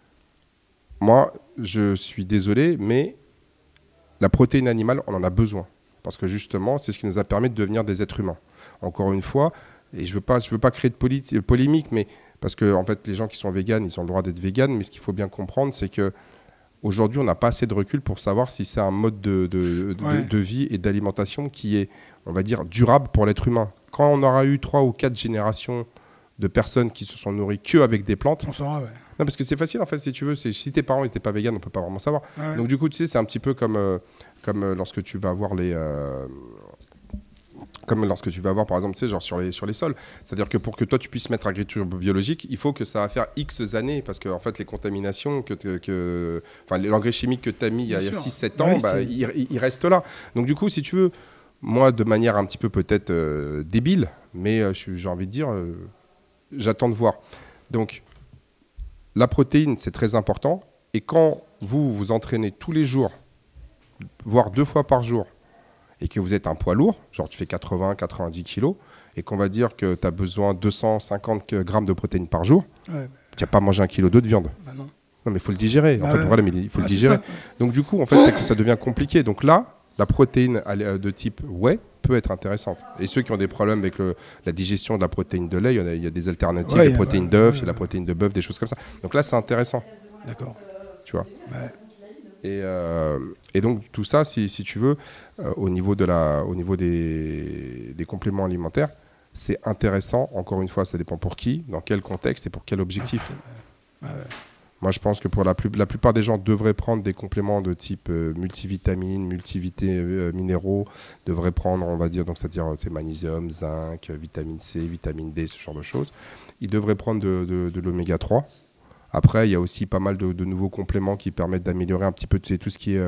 moi, je suis désolé, mais la protéine animale, on en a besoin. Parce que justement, c'est ce qui nous a permis de devenir des êtres humains. Encore une fois, et je veux pas créer de polémique, mais parce que en fait, les gens qui sont véganes, ils ont le droit d'être véganes, mais ce qu'il faut bien comprendre, c'est que aujourd'hui, on n'a pas assez de recul pour savoir si c'est un mode de vie et d'alimentation qui est, on va dire, durable pour l'être humain. Quand on aura eu 3 ou 4 générations de personnes qui se sont nourries qu'avec des plantes, on saura, non, parce que c'est facile en fait, si tu veux. Si tes parents n'étaient pas véganes, on peut pas vraiment savoir. Donc du coup, tu sais, c'est un petit peu comme lorsque tu vas voir comme lorsque tu vas voir, par exemple, tu sais, genre sur les sols. C'est-à-dire que pour que toi, tu puisses mettre agriculture biologique, il faut que ça va faire X années, parce que en fait, les contaminations, l'engrais chimique que tu as mis il y a 6-7 ans, il reste là. Donc du coup, si tu veux, moi, de manière un petit peu peut-être débile, mais j'ai envie de dire, j'attends de voir. Donc, la protéine, c'est très important. Et quand vous vous entraînez tous les jours, voire 2 fois par jour, et que vous êtes un poids lourd, genre tu fais 80-90 kilos, et qu'on va dire que tu as besoin de 250 grammes de protéines par jour, tu n'as pas mangé 1 kilo d'eau de viande. Bah non. Non, mais il faut le digérer. En fait, le problème, il faut le c'est digérer. ça. Donc, du coup, en fait, c'est que ça devient compliqué. Donc là, la protéine de type whey peut être intéressante. Et ceux qui ont des problèmes avec la digestion de la protéine de lait, il y a des alternatives, la protéine d'œuf, la protéine de bœuf, des choses comme ça. Donc là, c'est intéressant. D'accord. Tu vois. Ouais. Et donc, tout ça, si tu veux, au niveau des compléments alimentaires, c'est intéressant. Encore une fois, ça dépend pour qui, dans quel contexte et pour quel objectif. Moi, je pense que pour la plupart des gens devraient prendre des compléments de type multivitamines, minéraux, devraient prendre, on va dire, donc c'est-à-dire magnésium, zinc, vitamine C, vitamine D, ce genre de choses. Ils devraient prendre de l'oméga 3. Après, il y a aussi pas mal de nouveaux compléments qui permettent d'améliorer un petit peu tout ce qui est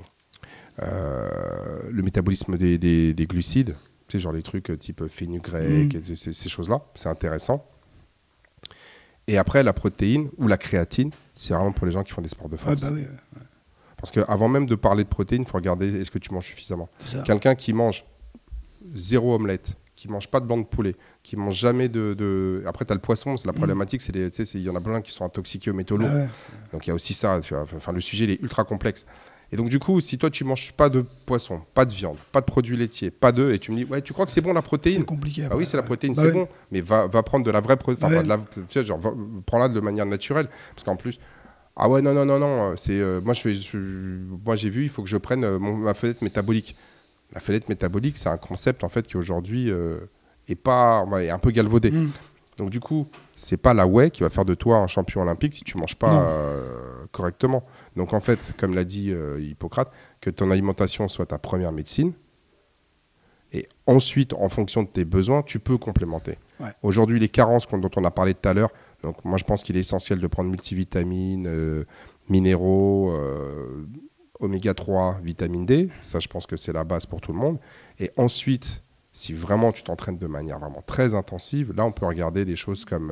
le métabolisme des glucides. Tu sais, genre les trucs type fenugrec, ces choses-là. C'est intéressant. Et après, la protéine ou la créatine, c'est vraiment pour les gens qui font des sports de force. Parce qu'avant même de parler de protéines, il faut regarder est-ce que tu manges suffisamment. Quelqu'un qui mange 0 omelette, qui ne mange pas de blanc de poulet, qui ne mange jamais de... Après, tu as le poisson, c'est la problématique, il y en a plein qui sont intoxiqués aux métaux lourds. Donc il y a aussi ça. Enfin, le sujet il est ultra complexe. Et donc du coup, si toi tu manges pas de poisson, pas de viande, pas de produits laitiers, pas d'œufs, et tu me dis ouais, tu crois que c'est bon la protéine? C'est compliqué. Ah oui, c'est la protéine, c'est bon, mais va prendre de la vraie protéine. Prends-la de manière naturelle, parce qu'en plus, ah ouais non, c'est moi j'ai vu, il faut que je prenne ma fenêtre métabolique. La fenêtre métabolique, c'est un concept en fait qui aujourd'hui est un peu galvaudé. Donc du coup, c'est pas la whey qui va faire de toi un champion olympique si tu manges pas correctement. Donc en fait, comme l'a dit Hippocrate, que ton alimentation soit ta première médecine. Et ensuite, en fonction de tes besoins, tu peux complémenter. Aujourd'hui, les carences dont on a parlé tout à l'heure, donc moi je pense qu'il est essentiel de prendre multivitamines, minéraux, oméga 3, vitamine D. Ça, je pense que c'est la base pour tout le monde. Et ensuite, si vraiment tu t'entraînes de manière vraiment très intensive, là, on peut regarder des choses comme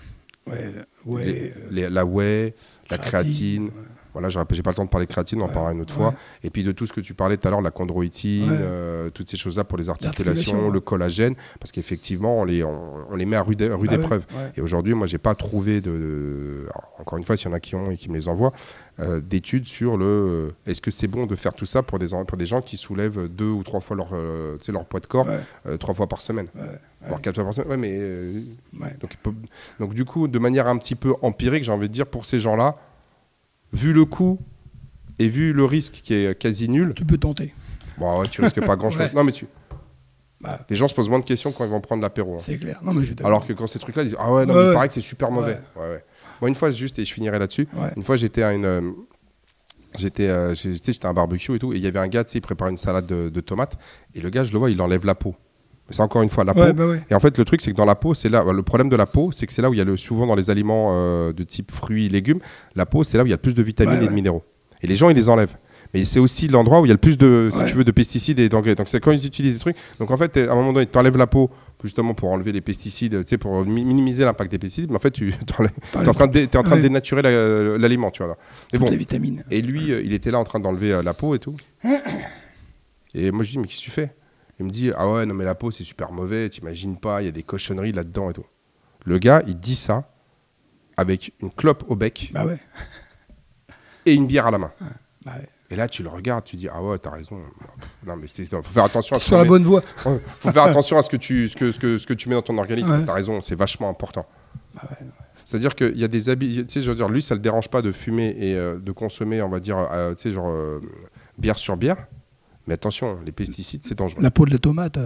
la whey, la créatine. Voilà, j'ai pas le temps de parler de créatine, on en parlera une autre fois. Et puis de tout ce que tu parlais tout à l'heure, la chondroïtine, toutes ces choses-là pour les articulations, le collagène, parce qu'effectivement, on les met à rude épreuve. Et aujourd'hui, moi, j'ai pas trouvé encore une fois, s'il y en a qui ont et qui me les envoient, d'études sur est-ce que c'est bon de faire tout ça pour des gens qui soulèvent 2 ou 3 fois leur poids de corps 3 fois par semaine, voire 4 fois par semaine. Donc du coup, de manière un petit peu empirique, j'ai envie de dire, pour ces gens-là, vu le coût et vu le risque qui est quasi nul, tu peux tenter. Bon, tu risques pas grand-chose. Non, mais les gens se posent moins de questions quand ils vont prendre l'apéro. C'est clair. Non, mais alors que quand ces trucs-là, ils disent ah ouais, non, mais il paraît que c'est super mauvais. Bon, une fois juste, et je finirai là-dessus. Une fois, j'étais à j'étais à un barbecue et tout, et il y avait un gars, il prépare une salade de tomates, et le gars, je le vois, il enlève la peau. C'est encore une fois la peau. Et en fait, le truc, c'est que dans la peau, c'est là. Le problème de la peau, c'est que c'est là où il y a souvent dans les aliments de type fruits, légumes, la peau, c'est là où il y a le plus de vitamines et de minéraux. Et les gens, ils les enlèvent. Mais c'est aussi l'endroit où il y a le plus de, si tu veux, de pesticides et d'engrais. Donc c'est quand ils utilisent des trucs. Donc en fait, à un moment donné, tu enlèves la peau justement pour enlever les pesticides, pour minimiser l'impact des pesticides. Mais en fait, tu es en train de dénaturer l'aliment, tu vois. Mais bon. Les vitamines. Et lui, il était là en train d'enlever la peau et tout. Et moi, je dis mais qu'est-ce que tu fais? Il me dit ah ouais, non mais la peau c'est super mauvais. T'imagines pas, il y a des cochonneries là-dedans et tout. Le gars, il dit ça avec une clope au bec. Et une bière à la main. Et là, tu le regardes, tu dis ah ouais, t'as raison. Non, mais faut faire attention à ce que la bonne voie. Faut faire attention à ce que tu mets dans ton organisme. T'as raison, c'est vachement important. C'est-à-dire qu'il y a des habits. Tu sais, je veux dire, lui, ça le dérange pas de fumer et de consommer, on va dire, tu sais, bière sur bière. Mais attention, les pesticides, c'est dangereux. La peau de la tomate.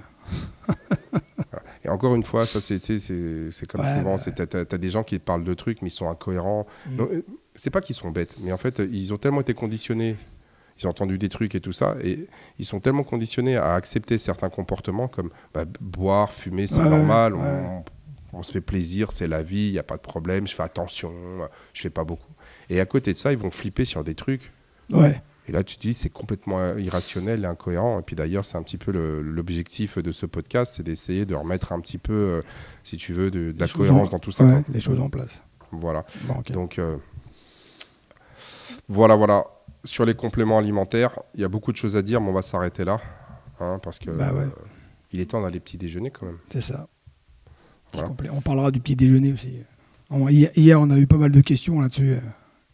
Et encore une fois, ça, c'est comme souvent. T'as des gens qui parlent de trucs, mais ils sont incohérents. Non, c'est pas qu'ils sont bêtes, mais en fait, ils ont tellement été conditionnés. Ils ont entendu des trucs et tout ça, et ils sont tellement conditionnés à accepter certains comportements comme boire, fumer, c'est normal. On se fait plaisir, c'est la vie, il n'y a pas de problème, je fais attention, je fais pas beaucoup. Et à côté de ça, ils vont flipper sur des trucs. Et là, tu te dis, c'est complètement irrationnel et incohérent. Et puis d'ailleurs, c'est un petit peu l'objectif de ce podcast, c'est d'essayer de remettre un petit peu, si tu veux, de la cohérence dans tout ça. Les choses en place. Voilà. Donc, voilà. Sur les compléments alimentaires, il y a beaucoup de choses à dire, mais on va s'arrêter là. Parce que il est temps d'aller petit déjeuner quand même. C'est ça. Voilà. On parlera du petit déjeuner aussi. Hier, on a eu pas mal de questions là-dessus.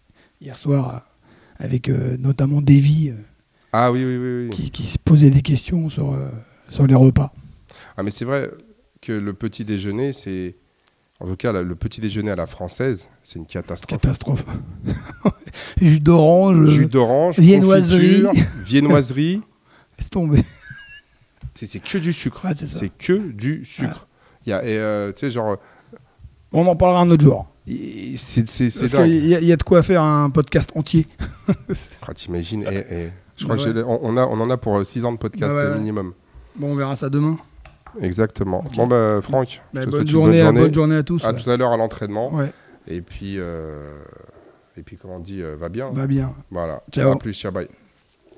hier soir avec notamment Davy Ah oui, oui, oui. Oui. qui se posait des questions sur les repas. Ah, mais c'est vrai que le petit déjeuner, c'est... En tout cas, le petit déjeuner à la française, c'est une catastrophe. Catastrophe. Jus d'orange, viennoiserie. confiture, viennoiserie. Laisse tomber. C'est que du sucre. Ouais, c'est ça. C'est que du sucre. Il y a, tu sais, genre... On en parlera un autre jour. C'est Parce dingue. qu'il y a de quoi faire un podcast entier. Ah, t'imagines, je crois on en a pour 6 ans de podcast minimum. Bon, on verra ça demain. Exactement. Okay. Bon, bah, Franck, je te bonne souhaite une bonne journée à tous. À tout à l'heure à l'entraînement. Ouais. Et puis, comme on dit, va bien. Va bien. Voilà. Ciao. À plus, ciao, bye.